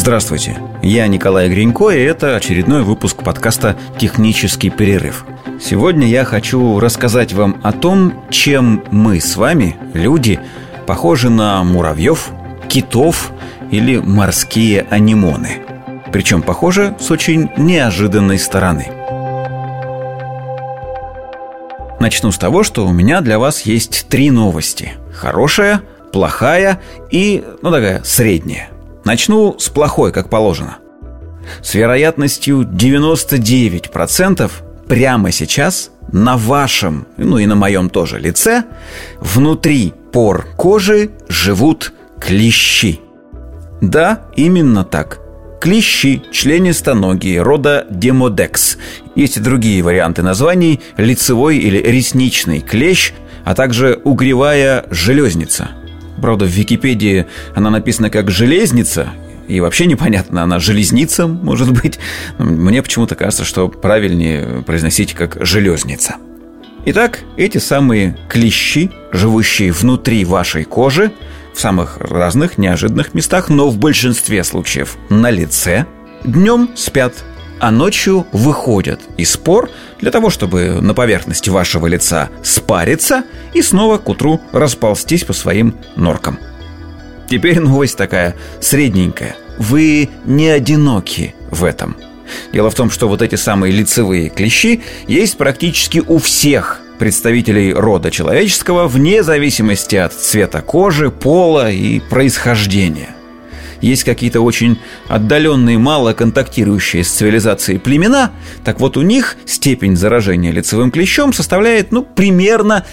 Здравствуйте, я Николай Гринько, и это очередной выпуск подкаста «Технический перерыв». Сегодня я хочу рассказать вам о том, чем мы с вами, люди, похожи на муравьев, китов или морские анемоны. Причем похожи с очень неожиданной стороны. Начну с того, что у меня для вас есть 3 новости. Хорошая, плохая и, такая, средняя. Начну с плохой, как положено. С вероятностью 99% прямо сейчас на вашем, и на моем тоже лице, внутри пор кожи живут клещи. Да, именно так. Клещи, членистоногие, рода Демодекс. Есть и другие варианты названий: лицевой или ресничный клещ, а также угревая железница. Правда, в Википедии она написана как «железница», и вообще непонятно, она железница, может быть. Мне почему-то кажется, что правильнее произносить как «железница». Итак, эти самые клещи, живущие внутри вашей кожи, в самых разных неожиданных местах, но в большинстве случаев на лице, днем спят, а ночью выходят из пор для того, чтобы на поверхности вашего лица спариться и снова к утру расползтись по своим норкам. Теперь новость такая средненькая. Вы не одиноки в этом. Дело в том, что вот эти самые лицевые клещи есть практически у всех представителей рода человеческого, вне зависимости от цвета кожи, пола и происхождения. Есть какие-то очень отдаленные, мало контактирующие с цивилизацией племена. Так вот, у них степень заражения лицевым клещом составляет, примерно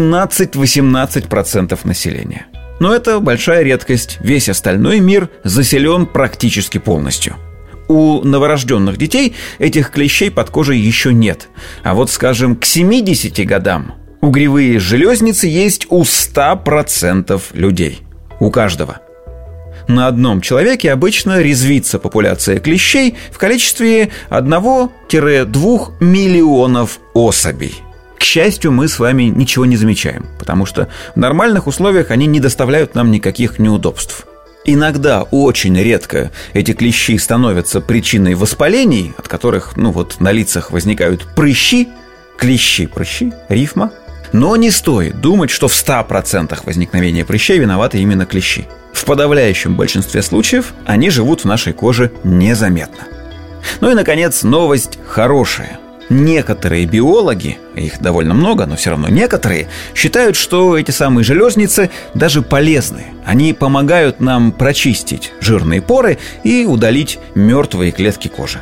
17-18% населения. Но это большая редкость. Весь остальной мир заселен практически полностью. У новорожденных детей этих клещей под кожей еще нет. А вот, скажем, к 70 годам угревые железницы есть у 100% людей. У каждого. На одном человеке обычно резвится популяция клещей в количестве 1-2 миллионов особей. К счастью, мы с вами ничего не замечаем, потому что в нормальных условиях они не доставляют нам никаких неудобств. Иногда, очень редко, эти клещи становятся причиной воспалений, от которых, на лицах возникают прыщи. Клещи, прыщи, рифма. Но не стоит думать, что в 100% возникновения прыщей виноваты именно клещи. В подавляющем большинстве случаев они живут в нашей коже незаметно. И, наконец, новость хорошая. Некоторые биологи, их довольно много, но все равно некоторые, считают, что эти самые железницы даже полезны. Они помогают нам прочистить жирные поры и удалить мертвые клетки кожи.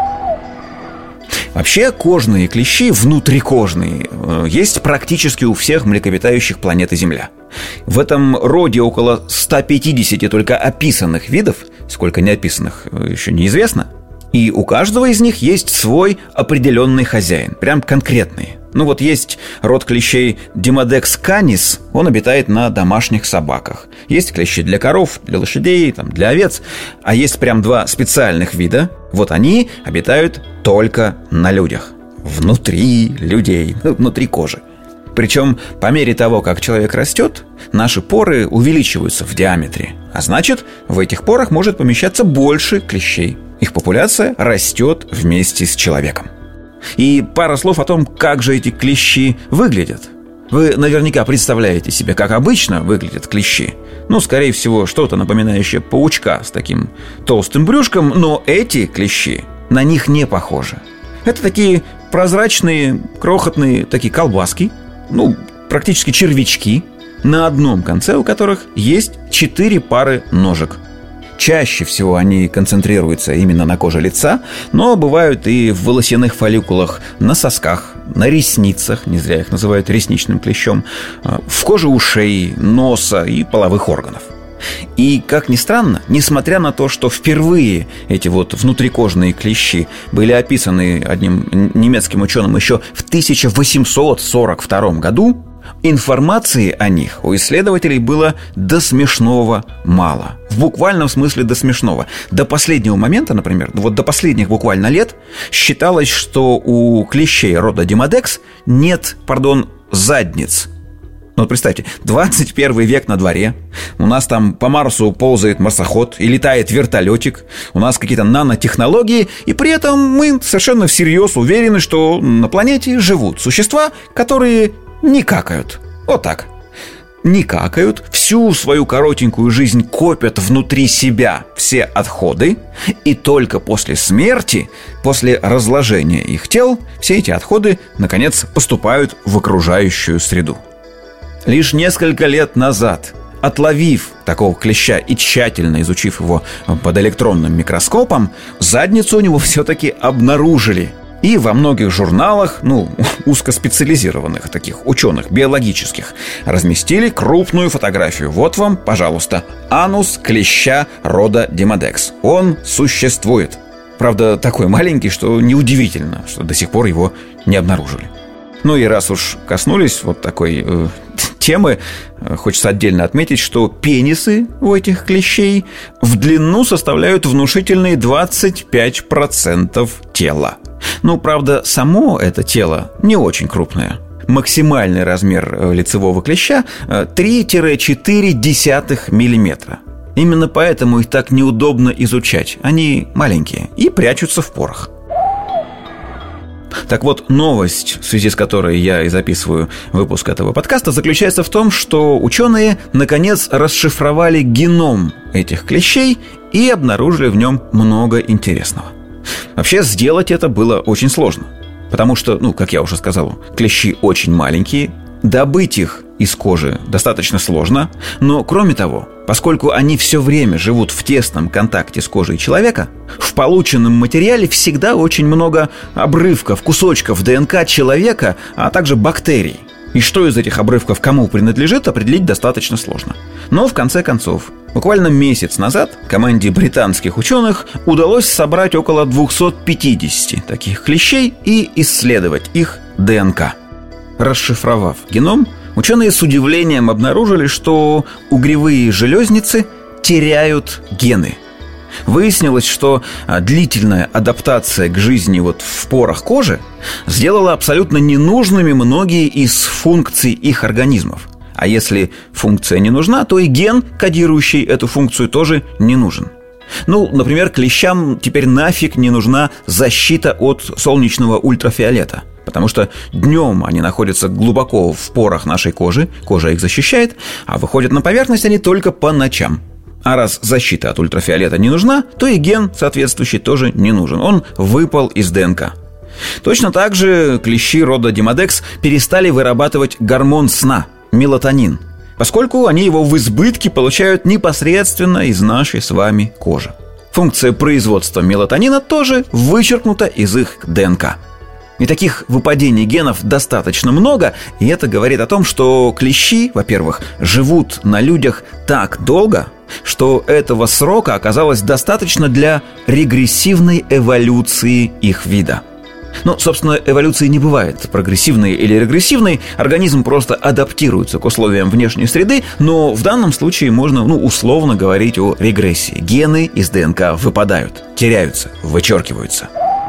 Вообще, кожные клещи, внутрикожные, есть практически у всех млекопитающих планеты Земля. В этом роде около 150 только описанных видов, сколько неописанных еще неизвестно. И у каждого из них есть свой определенный хозяин, прям конкретный. Есть род клещей Демодекс канис, он обитает на домашних собаках. Есть клещи для коров, для лошадей, для овец. А есть прям 2 специальных вида. Они обитают только на людях. Внутри людей, внутри кожи. Причем по мере того, как человек растет, наши поры увеличиваются в диаметре. А значит, в этих порах может помещаться больше клещей. Их популяция растет вместе с человеком. И пара слов о том, как же эти клещи выглядят. Вы наверняка представляете себе, как обычно выглядят клещи. Скорее всего, что-то напоминающее паучка с таким толстым брюшком, но эти клещи на них не похожи. Это такие прозрачные, крохотные такие колбаски, практически червячки, на одном конце у которых есть 4 пары ножек. Чаще всего они концентрируются именно на коже лица, но бывают и в волосяных фолликулах, на сосках, на ресницах, не зря их называют ресничным клещом, в коже ушей, носа и половых органов. И, как ни странно, несмотря на то, что впервые эти внутрикожные клещи были описаны одним немецким ученым еще в 1842 году, информации о них у исследователей было до смешного мало. В буквальном смысле до смешного. До последнего момента, например, до последних буквально лет, считалось, что у клещей рода Демодекс нет, задниц. Ну, представьте, 21 век на дворе, у нас там по Марсу ползает марсоход и летает вертолетик, у нас какие-то нанотехнологии, и при этом мы совершенно всерьез уверены, что на планете живут существа, которые не какают. Вот так. Не какают, всю свою коротенькую жизнь копят внутри себя все отходы, и только после смерти, после разложения их тел, все эти отходы, наконец, поступают в окружающую среду. Лишь несколько лет назад, отловив такого клеща и тщательно изучив его под электронным микроскопом, задницу у него все-таки обнаружили. И во многих журналах, узкоспециализированных таких ученых, биологических, разместили крупную фотографию. Вот вам, пожалуйста, анус клеща рода Демодекс. Он существует. Правда, такой маленький, что неудивительно, что до сих пор его не обнаружили. Ну и раз уж коснулись вот такой темы, хочется отдельно отметить, что пенисы у этих клещей в длину составляют внушительные 25% тела. Правда, само это тело не очень крупное. Максимальный размер лицевого клеща 3-4 миллиметра. Именно поэтому их так неудобно изучать. Они маленькие и прячутся в порах. Так вот, новость, в связи с которой я и записываю выпуск этого подкаста, заключается в том, что ученые наконец расшифровали геном этих клещей и обнаружили в нем много интересного. Вообще, сделать это было очень сложно, потому что, как я уже сказал, клещи очень маленькие, добыть их из кожи достаточно сложно, но кроме того, поскольку они все время живут в тесном контакте с кожей человека, в полученном материале всегда очень много обрывков, кусочков ДНК человека, а также бактерий. И что из этих обрывков кому принадлежит, определить достаточно сложно. Но в конце концов, буквально месяц назад команде британских ученых удалось собрать около 250 таких клещей и исследовать их ДНК. Расшифровав геном, ученые с удивлением обнаружили, что угревые железницы теряют гены. Выяснилось, что длительная адаптация к жизни в порах кожи сделала абсолютно ненужными многие из функций их организмов. А если функция не нужна, то и ген, кодирующий эту функцию, тоже не нужен. Например, клещам теперь нафиг не нужна защита от солнечного ультрафиолета, потому что днем они находятся глубоко в порах нашей кожи, кожа их защищает, а выходят на поверхность они только по ночам. А раз защита от ультрафиолета не нужна, то и ген соответствующий тоже не нужен. Он выпал из ДНК. Точно так же клещи рода Демодекс перестали вырабатывать гормон сна – мелатонин, поскольку они его в избытке получают непосредственно из нашей с вами кожи. Функция производства мелатонина тоже вычеркнута из их ДНК. И таких выпадений генов достаточно много, и это говорит о том, что клещи, во-первых, живут на людях так долго, что этого срока оказалось достаточно для регрессивной эволюции их вида. Собственно, эволюции не бывает прогрессивной или регрессивной, организм просто адаптируется к условиям внешней среды, но в данном случае можно, условно говорить о регрессии. Гены из ДНК выпадают, теряются, вычеркиваются.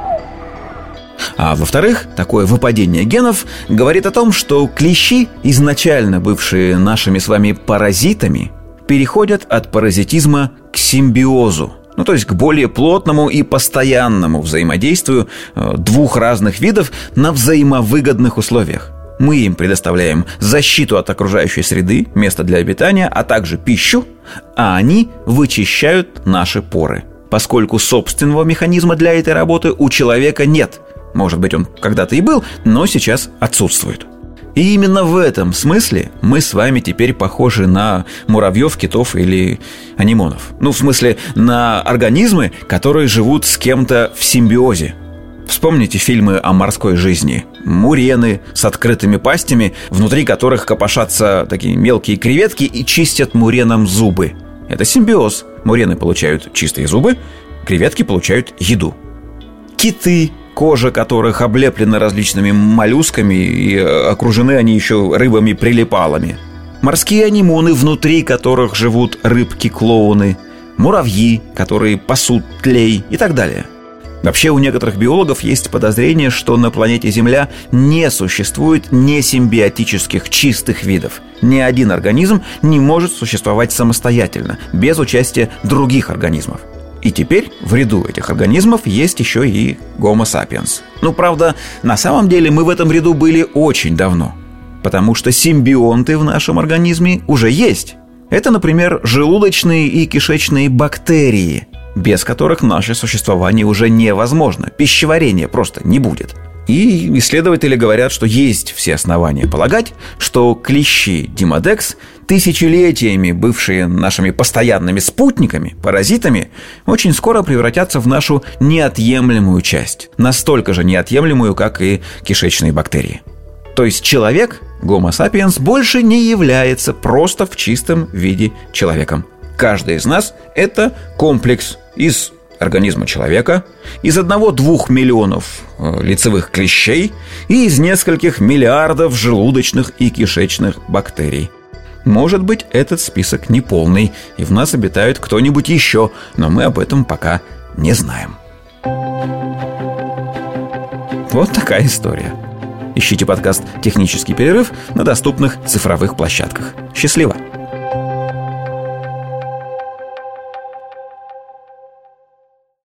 А во-вторых, такое выпадение генов говорит о том, что клещи, изначально бывшие нашими с вами паразитами, переходят от паразитизма к симбиозу, то есть к более плотному и постоянному взаимодействию двух разных видов на взаимовыгодных условиях. Мы им предоставляем защиту от окружающей среды, место для обитания, а также пищу, а они вычищают наши поры, поскольку собственного механизма для этой работы у человека нет. Может быть, он когда-то и был, но сейчас отсутствует. И именно в этом смысле мы с вами теперь похожи на муравьев, китов или анимонов. В смысле, на организмы, которые живут с кем-то в симбиозе. Вспомните фильмы о морской жизни. Мурены с открытыми пастями, внутри которых копошатся такие мелкие креветки и чистят муренам зубы. Это симбиоз. Мурены получают чистые зубы, креветки получают еду. Киты, кожа которых облеплена различными моллюсками, и окружены они еще рыбами-прилипалами. Морские анимоны, внутри которых живут рыбки-клоуны. Муравьи, которые пасут тлей и так далее. Вообще у некоторых биологов есть подозрение, что на планете Земля не существует несимбиотических чистых видов. Ни один организм не может существовать самостоятельно, без участия других организмов. И теперь в ряду этих организмов есть еще и Homo sapiens. Правда, на самом деле мы в этом ряду были очень давно, потому что симбионты в нашем организме уже есть. Это, например, желудочные и кишечные бактерии, без которых наше существование уже невозможно. Пищеварения просто не будет. И исследователи говорят, что есть все основания полагать, что клещи Demodex, тысячелетиями бывшие нашими постоянными спутниками, паразитами, очень скоро превратятся в нашу неотъемлемую часть. Настолько же неотъемлемую, как и кишечные бактерии. То есть человек, Homo sapiens, больше не является просто в чистом виде человеком. Каждый из нас – это комплекс из организма человека, из 1-2 миллионов лицевых клещей и из нескольких миллиардов желудочных и кишечных бактерий. Может быть, этот список неполный, и в нас обитает кто-нибудь еще, но мы об этом пока не знаем. Вот такая история. Ищите подкаст «Технический перерыв» на доступных цифровых площадках. Счастливо!